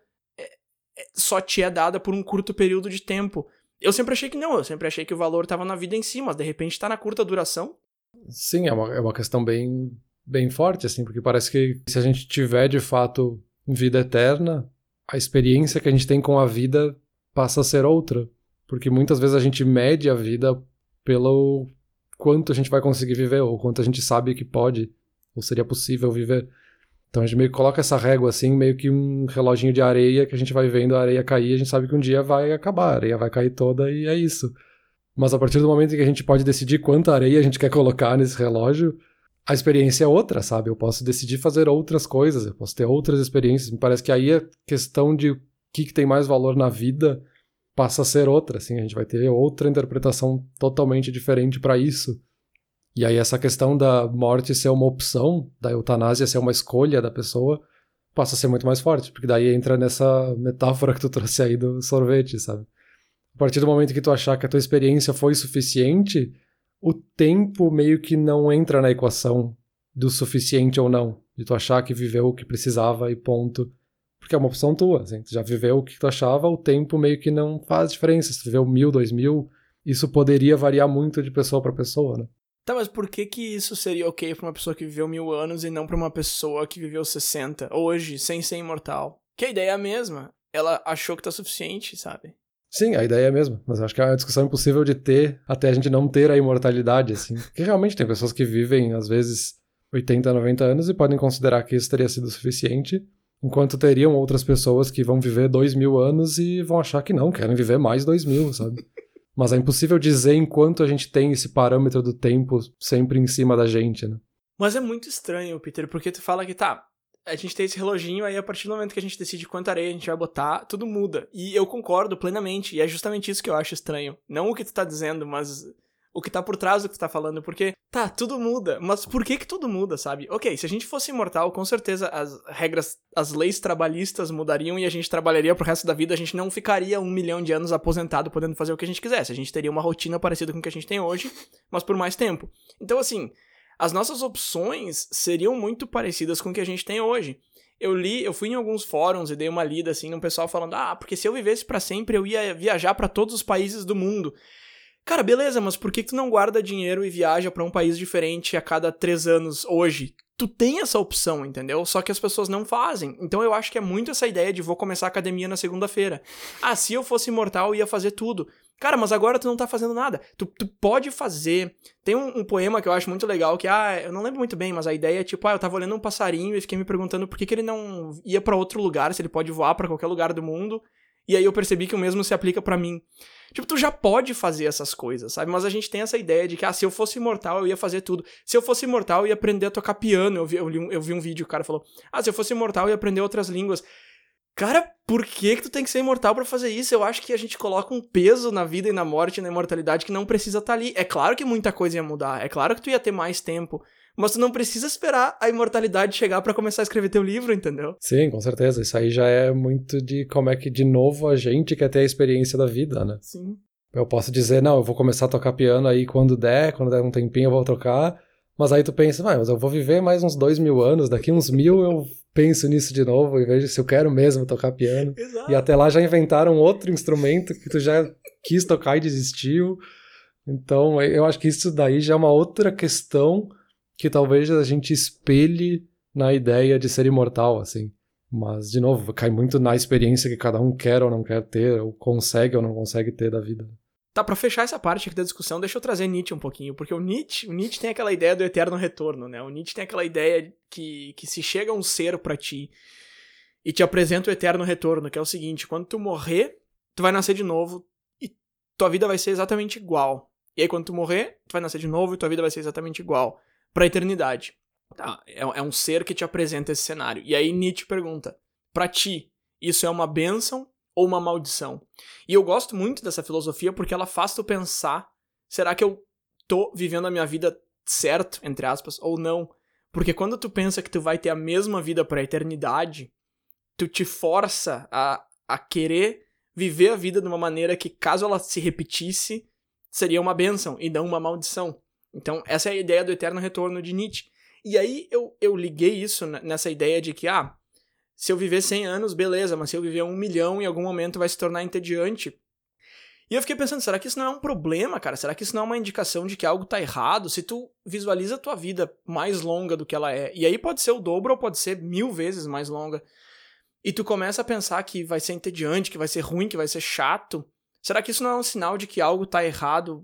só te é dada por um curto período de tempo. Eu sempre achei que não, eu sempre achei que o valor tava na vida em si, mas de repente tá na curta duração. Sim, é uma questão bem forte, assim, porque parece que se a gente tiver, de fato, vida eterna, a experiência que a gente tem com a vida passa a ser outra. Porque muitas vezes a gente mede a vida pelo quanto a gente vai conseguir viver, ou quanto a gente sabe que pode, ou seria possível viver. Então a gente meio que coloca essa régua, assim, meio que um reloginho de areia, que a gente vai vendo a areia cair, a gente sabe que um dia vai acabar, a areia vai cair toda e é isso. Mas a partir do momento em que a gente pode decidir quanta areia a gente quer colocar nesse relógio, a experiência é outra, sabe? Eu posso decidir fazer outras coisas, eu posso ter outras experiências. Me parece que aí a questão de o que tem mais valor na vida passa a ser outra, assim. A gente vai ter outra interpretação totalmente diferente para isso. E aí essa questão da morte ser uma opção, da eutanásia ser uma escolha da pessoa, passa a ser muito mais forte, porque daí entra nessa metáfora que tu trouxe aí do sorvete, sabe? A partir do momento que tu achar que a tua experiência foi suficiente, o tempo meio que não entra na equação do suficiente ou não. De tu achar que viveu o que precisava e ponto. Porque é uma opção tua, assim. Tu já viveu o que tu achava, o tempo meio que não faz diferença. Se tu viveu 1000, 2000, isso poderia variar muito de pessoa para pessoa, né? Tá, mas por que isso seria ok pra uma pessoa que viveu 1000 anos e não pra uma pessoa que viveu 60, hoje, sem ser imortal? Que a ideia é a mesma. Ela achou que tá suficiente, sabe? Sim, a ideia é a mesma, mas eu acho que é uma discussão impossível de ter até a gente não ter a imortalidade, assim. Porque realmente tem pessoas que vivem, às vezes, 80, 90 anos e podem considerar que isso teria sido suficiente, enquanto teriam outras pessoas que vão viver 2000 anos e vão achar que não, querem viver mais 2000, sabe? Mas é impossível dizer enquanto a gente tem esse parâmetro do tempo sempre em cima da gente, né? Mas é muito estranho, Peter, porque tu fala que a gente tem esse reloginho, aí a partir do momento que a gente decide quanta areia a gente vai botar, tudo muda. E eu concordo plenamente, e é justamente isso que eu acho estranho. Não o que tu tá dizendo, mas o que tá por trás do que tu tá falando, porque, tudo muda, mas por que tudo muda, sabe? Ok, se a gente fosse imortal, com certeza as regras, as leis trabalhistas mudariam e a gente trabalharia pro resto da vida, a gente não ficaria 1 milhão de anos aposentado podendo fazer o que a gente quisesse. A gente teria uma rotina parecida com o que a gente tem hoje, mas por mais tempo. Então, assim, as nossas opções seriam muito parecidas com o que a gente tem hoje. Eu fui em alguns fóruns e dei uma lida, assim, um pessoal falando, porque se eu vivesse pra sempre, eu ia viajar pra todos os países do mundo. Cara, beleza, mas por que tu não guarda dinheiro e viaja pra um país diferente a cada 3 anos hoje? Tu tem essa opção, entendeu? Só que as pessoas não fazem. Então eu acho que é muito essa ideia de vou começar a academia na segunda-feira. Se eu fosse imortal, eu ia fazer tudo. Cara, mas agora tu não tá fazendo nada. Tu pode fazer. Tem um poema que eu acho muito legal, que, eu não lembro muito bem, mas a ideia é tipo, eu tava olhando um passarinho e fiquei me perguntando por que ele não ia pra outro lugar, se ele pode voar pra qualquer lugar do mundo. E aí eu percebi que o mesmo se aplica pra mim. Tipo, tu já pode fazer essas coisas, sabe? Mas a gente tem essa ideia de que, se eu fosse imortal, eu ia fazer tudo. Se eu fosse imortal, eu ia aprender a tocar piano. Eu vi um vídeo, o cara falou, se eu fosse imortal, eu ia aprender outras línguas. Cara, por que tu tem que ser imortal pra fazer isso? Eu acho que a gente coloca um peso na vida e na morte e na imortalidade que não precisa estar ali. É claro que muita coisa ia mudar, é claro que tu ia ter mais tempo, mas tu não precisa esperar a imortalidade chegar pra começar a escrever teu livro, entendeu? Sim, com certeza. Isso aí já é muito de como é que, de novo, a gente quer ter a experiência da vida, né? Sim. Eu posso dizer, não, eu vou começar a tocar piano aí quando der um tempinho eu vou tocar, mas aí tu pensa, mas eu vou viver mais uns 2.000 anos, daqui uns 1.000 eu penso nisso de novo e vejo se eu quero mesmo tocar piano. Exato. E até lá já inventaram outro instrumento que tu já quis tocar e desistiu. Então eu acho que isso daí já é uma outra questão que talvez a gente espelhe na ideia de ser imortal, assim. Mas, de novo, cai muito na experiência que cada um quer ou não quer ter, ou consegue ou não consegue ter da vida. Tá, pra fechar essa parte aqui da discussão, deixa eu trazer Nietzsche um pouquinho, porque o Nietzsche tem aquela ideia do eterno retorno, né? O Nietzsche tem aquela ideia que se chega um ser pra ti e te apresenta o eterno retorno, que é o seguinte, quando tu morrer, tu vai nascer de novo e tua vida vai ser exatamente igual. E aí quando tu morrer, tu vai nascer de novo e tua vida vai ser exatamente igual. Pra eternidade. Tá, é um ser que te apresenta esse cenário. E aí Nietzsche pergunta, pra ti, isso é uma bênção ou uma maldição? E eu gosto muito dessa filosofia porque ela faz tu pensar, será que eu tô vivendo a minha vida certo, entre aspas, ou não? Porque quando tu pensa que tu vai ter a mesma vida pra eternidade, tu te força a querer viver a vida de uma maneira que, caso ela se repetisse, seria uma bênção e não uma maldição. Então, essa é a ideia do eterno retorno de Nietzsche. E aí eu liguei isso nessa ideia de que, se eu viver 100 anos, beleza, mas se eu viver 1 milhão, em algum momento vai se tornar entediante. E eu fiquei pensando, será que isso não é um problema, cara? Será que isso não é uma indicação de que algo tá errado? Se tu visualiza a tua vida mais longa do que ela é, e aí pode ser o dobro ou pode ser 1000 vezes mais longa, e tu começa a pensar que vai ser entediante, que vai ser ruim, que vai ser chato, será que isso não é um sinal de que algo tá errado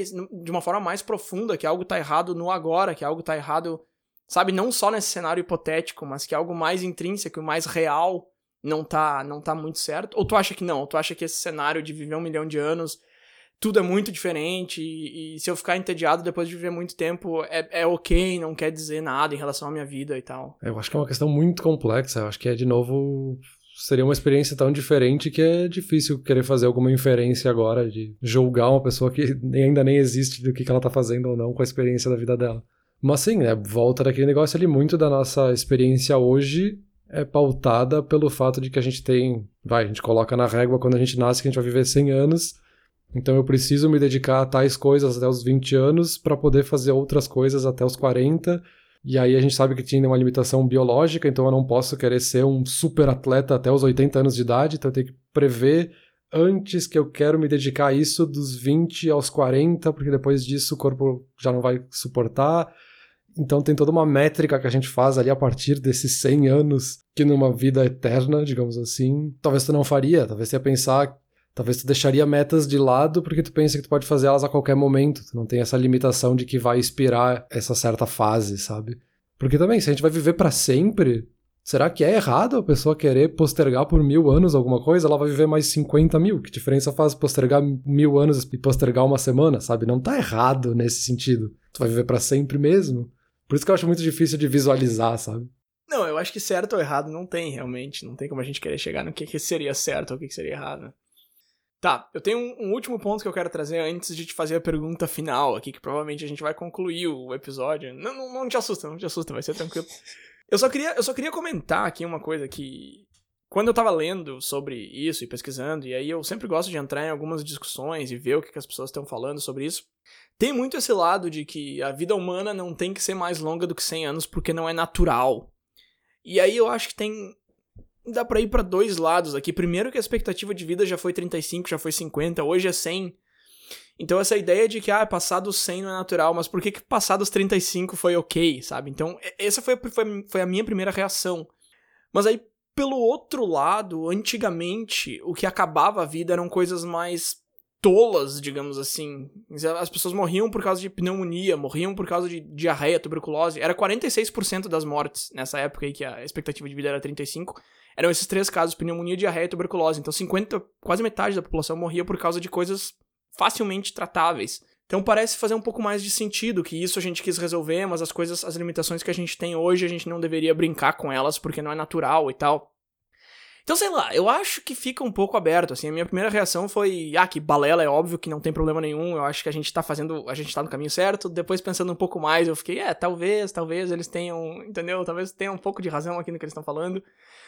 de uma forma mais profunda, que algo tá errado no agora, que algo tá errado, sabe, não só nesse cenário hipotético, mas que algo mais intrínseco, mais real não tá muito certo? Ou tu acha que não? Ou tu acha que esse cenário de viver 1 milhão de anos, tudo é muito diferente e se eu ficar entediado depois de viver muito tempo, é ok, não quer dizer nada em relação à minha vida e tal? Eu acho que é uma questão muito complexa. Eu acho que de novo, seria uma experiência tão diferente que é difícil querer fazer alguma inferência agora de julgar uma pessoa que ainda nem existe do que ela tá fazendo ou não com a experiência da vida dela. Mas sim, né, volta daquele negócio ali, muito da nossa experiência hoje é pautada pelo fato de que a gente a gente coloca na régua quando a gente nasce que a gente vai viver 100 anos, então eu preciso me dedicar a tais coisas até os 20 anos para poder fazer outras coisas até os 40, e aí a gente sabe que tinha uma limitação biológica, então eu não posso querer ser um super atleta até os 80 anos de idade, então eu tenho que prever antes que eu quero me dedicar a isso dos 20 aos 40, porque depois disso o corpo já não vai suportar. Então tem toda uma métrica que a gente faz ali a partir desses 100 anos, que numa vida eterna, digamos assim, talvez tu não faria, talvez tu ia pensar, talvez tu deixaria metas de lado porque tu pensa que tu pode fazer elas a qualquer momento, tu não tem essa limitação de que vai expirar essa certa fase, sabe? Porque também, se a gente vai viver pra sempre, será que é errado a pessoa querer postergar por 1000 anos alguma coisa? Ela vai viver mais 50 mil, que diferença faz postergar 1000 anos e postergar uma semana, sabe? Não tá errado nesse sentido, tu vai viver pra sempre mesmo. Por isso que eu acho muito difícil de visualizar, sabe? Não, eu acho que certo ou errado não tem, realmente. Não tem como a gente querer chegar no que seria certo ou o que seria errado. Tá, eu tenho um último ponto que eu quero trazer antes de te fazer a pergunta final aqui, que provavelmente a gente vai concluir o episódio. Não te assusta, vai ser tranquilo. Eu só queria comentar aqui uma coisa que... Quando eu tava lendo sobre isso e pesquisando, e aí eu sempre gosto de entrar em algumas discussões e ver o que as pessoas estão falando sobre isso, tem muito esse lado de que a vida humana não tem que ser mais longa do que 100 anos porque não é natural. E aí eu acho que dá pra ir pra dois lados aqui. Primeiro que a expectativa de vida já foi 35, já foi 50, hoje é 100. Então essa ideia de que, passado os 100 não é natural, mas por que passado os 35 foi ok, sabe? Então essa foi a minha primeira reação. Mas aí, pelo outro lado, antigamente, o que acabava a vida eram coisas mais tolas, digamos assim. As pessoas morriam por causa de pneumonia, morriam por causa de diarreia, tuberculose. Era 46% das mortes nessa época aí que a expectativa de vida era 35. Eram esses 3 casos, pneumonia, diarreia e tuberculose. Então quase metade da população morria por causa de coisas facilmente tratáveis. Então parece fazer um pouco mais de sentido que isso a gente quis resolver, mas as limitações que a gente tem hoje, a gente não deveria brincar com elas porque não é natural e tal. Então, sei lá, eu acho que fica um pouco aberto, assim, a minha primeira reação foi, que balela, é óbvio que não tem problema nenhum, eu acho que a gente tá no caminho certo, depois pensando um pouco mais, eu fiquei, talvez eles tenham, entendeu, talvez tenham um pouco de razão aqui no que eles estão falando.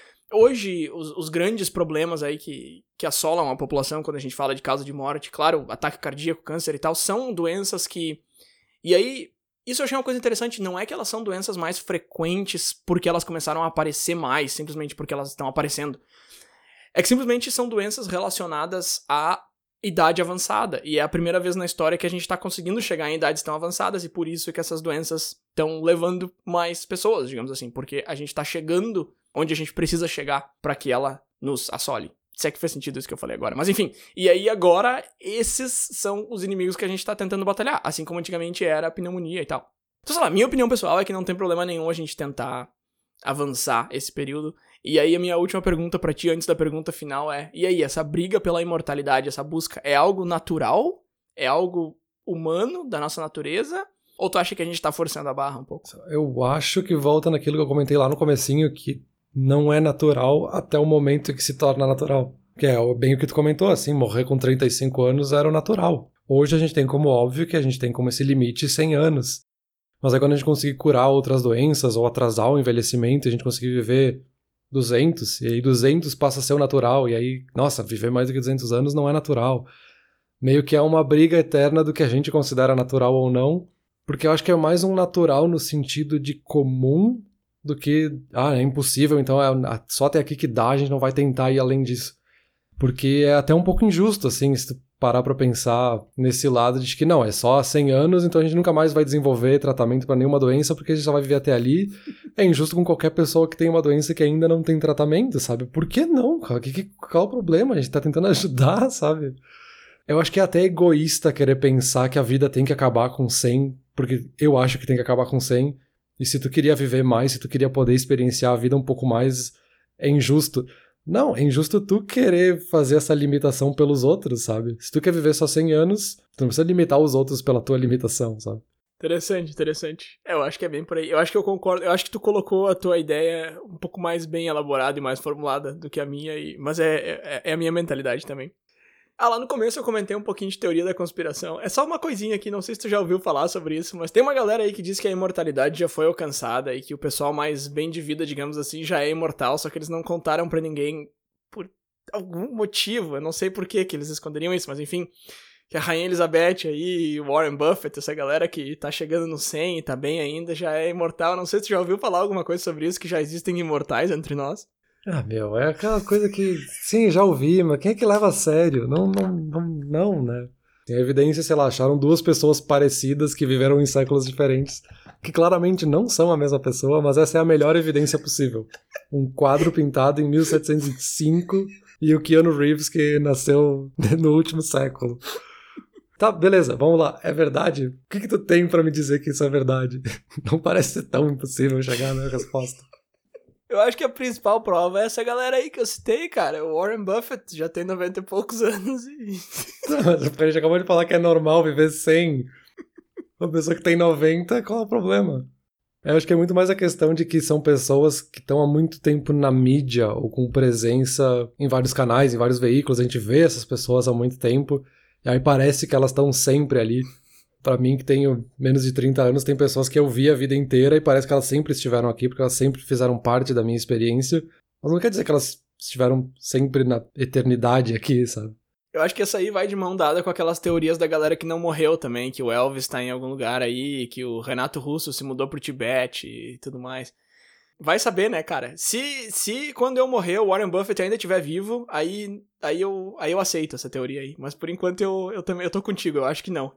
Hoje, os grandes problemas aí que assolam a população quando a gente fala de causa de morte, claro, ataque cardíaco, câncer e tal, são doenças que, e aí, isso eu achei uma coisa interessante, não é que elas são doenças mais frequentes porque elas começaram a aparecer mais, simplesmente porque elas estão aparecendo. É que simplesmente são doenças relacionadas à idade avançada. E é a primeira vez na história que a gente tá conseguindo chegar em idades tão avançadas e por isso que essas doenças estão levando mais pessoas, digamos assim. Porque a gente tá chegando onde a gente precisa chegar pra que ela nos assole. Se é que fez sentido isso que eu falei agora. Mas enfim, e aí agora esses são os inimigos que a gente tá tentando batalhar. Assim como antigamente era a pneumonia e tal. Então, sei lá, minha opinião pessoal é que não tem problema nenhum a gente tentar avançar esse período. E aí a minha última pergunta pra ti, antes da pergunta final, é: e aí, essa briga pela imortalidade, essa busca, é algo natural? É algo humano, da nossa natureza? Ou tu acha que a gente tá forçando a barra um pouco? Eu acho que volta naquilo que eu comentei lá no comecinho, que não é natural até o momento que se torna natural. Que é bem o que tu comentou, assim, morrer com 35 anos era o natural. Hoje a gente tem como óbvio que a gente tem como esse limite 100 anos. Mas aí quando a gente conseguir curar outras doenças ou atrasar o envelhecimento, a gente conseguir viver 200, e aí 200 passa a ser o natural, e aí, nossa, viver mais do que 200 anos não é natural. Meio que é uma briga eterna do que a gente considera natural ou não, porque eu acho que é mais um natural no sentido de comum do que, é impossível, então só até aqui que dá, a gente não vai tentar ir além disso. Porque é até um pouco injusto, assim, se tu parar pra pensar nesse lado de que não, é só 100 anos, então a gente nunca mais vai desenvolver tratamento pra nenhuma doença porque a gente só vai viver até ali. É injusto com qualquer pessoa que tem uma doença que ainda não tem tratamento, sabe? Por que não, cara? Qual é o problema? A gente tá tentando ajudar, sabe? Eu acho que é até egoísta querer pensar que a vida tem que acabar com 100, porque eu acho que tem que acabar com 100, e se tu queria viver mais, se tu queria poder experienciar a vida um pouco mais, é injusto. Não, é injusto tu querer fazer essa limitação pelos outros, sabe? Se tu quer viver só 100 anos, tu não precisa limitar os outros pela tua limitação, sabe? Interessante. Eu acho que é bem por aí. Eu acho que eu concordo. Eu acho que tu colocou a tua ideia um pouco mais bem elaborada e mais formulada do que a minha, mas é a minha mentalidade também. Lá no começo eu comentei um pouquinho de teoria da conspiração. É só uma coisinha aqui, não sei se tu já ouviu falar sobre isso, mas tem uma galera aí que diz que a imortalidade já foi alcançada e que o pessoal mais bem de vida, digamos assim, já é imortal, só que eles não contaram pra ninguém por algum motivo. Eu não sei por que eles esconderiam isso, mas enfim, que a Rainha Elizabeth aí, Warren Buffett, essa galera que tá chegando no 100 e tá bem ainda, já é imortal. Não sei se tu já ouviu falar alguma coisa sobre isso, que já existem imortais entre nós. É aquela coisa que, sim, já ouvi, mas quem é que leva a sério? Não, né? Tem evidência, sei lá, acharam 2 pessoas parecidas que viveram em séculos diferentes, que claramente não são a mesma pessoa, mas essa é a melhor evidência possível. Um quadro pintado em 1705 e o Keanu Reeves que nasceu no último século. Tá, beleza, vamos lá. É verdade? O que tu tem pra me dizer que isso é verdade? Não parece ser tão impossível chegar na resposta. Eu acho que a principal prova é essa galera aí que eu citei, cara. O Warren Buffett já tem 90 e poucos anos e... Mas a gente acabou de falar que é normal viver 100. Uma pessoa que tem 90, qual é o problema? Eu acho que é muito mais a questão de que são pessoas que estão há muito tempo na mídia ou com presença em vários canais, em vários veículos. A gente vê essas pessoas há muito tempo e aí parece que elas estão sempre ali. Pra mim, que tenho menos de 30 anos, tem pessoas que eu vi a vida inteira e parece que elas sempre estiveram aqui, porque elas sempre fizeram parte da minha experiência. Mas não quer dizer que elas estiveram sempre na eternidade aqui, sabe? Eu acho que essa aí vai de mão dada com aquelas teorias da galera que não morreu também, que o Elvis tá em algum lugar aí, que o Renato Russo se mudou pro Tibete e tudo mais. Vai saber, né, cara? Se quando eu morrer o Warren Buffett ainda estiver vivo, aí eu aceito essa teoria aí. Mas por enquanto eu tô contigo, eu acho que não.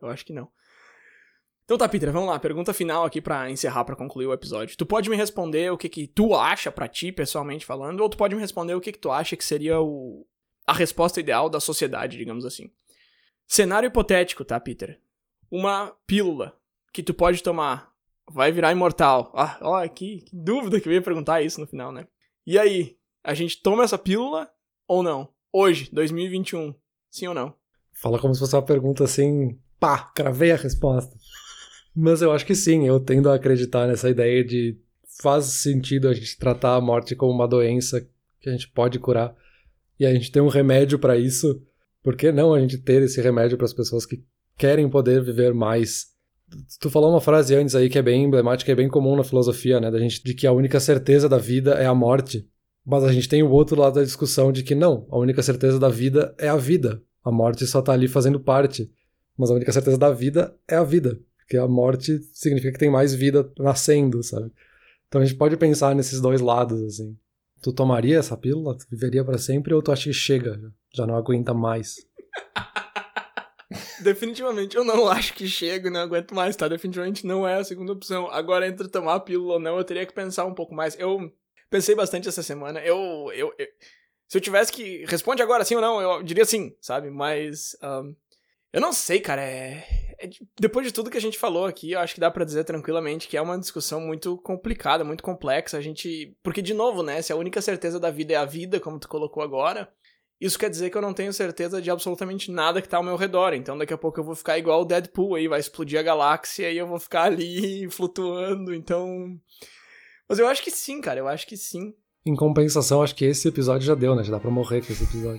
Então tá, Peter, vamos lá, pergunta final aqui pra encerrar, pra concluir o episódio. Tu pode me responder o que tu acha pra ti, pessoalmente falando, ou tu pode me responder o que tu acha que seria a resposta ideal da sociedade, digamos assim. Cenário hipotético, tá, Peter? Uma pílula que tu pode tomar vai virar imortal. Que dúvida que eu ia perguntar isso no final, né? E aí, a gente toma essa pílula ou não? Hoje, 2021, sim ou não? Fala como se fosse uma pergunta assim, pá, cravei a resposta. Mas eu acho que sim, eu tendo a acreditar nessa ideia de faz sentido a gente tratar a morte como uma doença que a gente pode curar, e a gente tem um remédio para isso, por que não a gente ter esse remédio para as pessoas que querem poder viver mais? Tu falou uma frase antes aí que é bem emblemática, é bem comum na filosofia, né, de que a única certeza da vida é a morte. Mas a gente tem o outro lado da discussão de que não, a única certeza da vida é a vida. A morte só tá ali fazendo parte. Mas a única certeza da vida é a vida. Porque a morte significa que tem mais vida nascendo, sabe? Então a gente pode pensar nesses dois lados, assim. Tu tomaria essa pílula? Tu viveria pra sempre ou tu acha que chega? Já não aguenta mais? Definitivamente eu não acho que chega e não aguento mais, tá? Definitivamente não é a segunda opção. Agora, entre tomar a pílula ou não, eu teria que pensar um pouco mais. Eu pensei bastante essa semana. Se eu tivesse que... Responde agora, sim ou não? Eu diria sim, sabe? Mas... eu não sei, cara. Depois de tudo que a gente falou aqui, eu acho que dá pra dizer tranquilamente que é uma discussão muito complicada, muito complexa. Porque, de novo, né? Se a única certeza da vida é a vida, como tu colocou agora, isso quer dizer que eu não tenho certeza de absolutamente nada que tá ao meu redor. Então, daqui a pouco eu vou ficar igual o Deadpool aí, vai explodir a galáxia e eu vou ficar ali flutuando. Então... Mas eu acho que sim, cara. Eu acho que sim. Em compensação, acho que esse episódio já deu, né? Já dá pra morrer com esse episódio.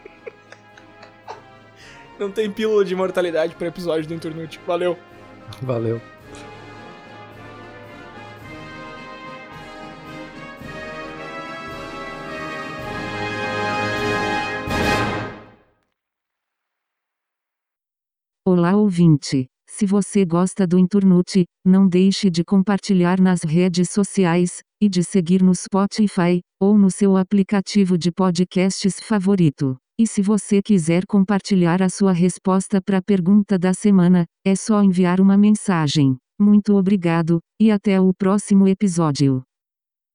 Não tem pílula de imortalidade pro episódio do Inturnute. Valeu. Valeu. Olá, ouvinte. Se você gosta do Inturnute, não deixe de compartilhar nas redes sociais, e de seguir no Spotify, ou no seu aplicativo de podcasts favorito. E se você quiser compartilhar a sua resposta para a pergunta da semana, é só enviar uma mensagem. Muito obrigado, e até o próximo episódio.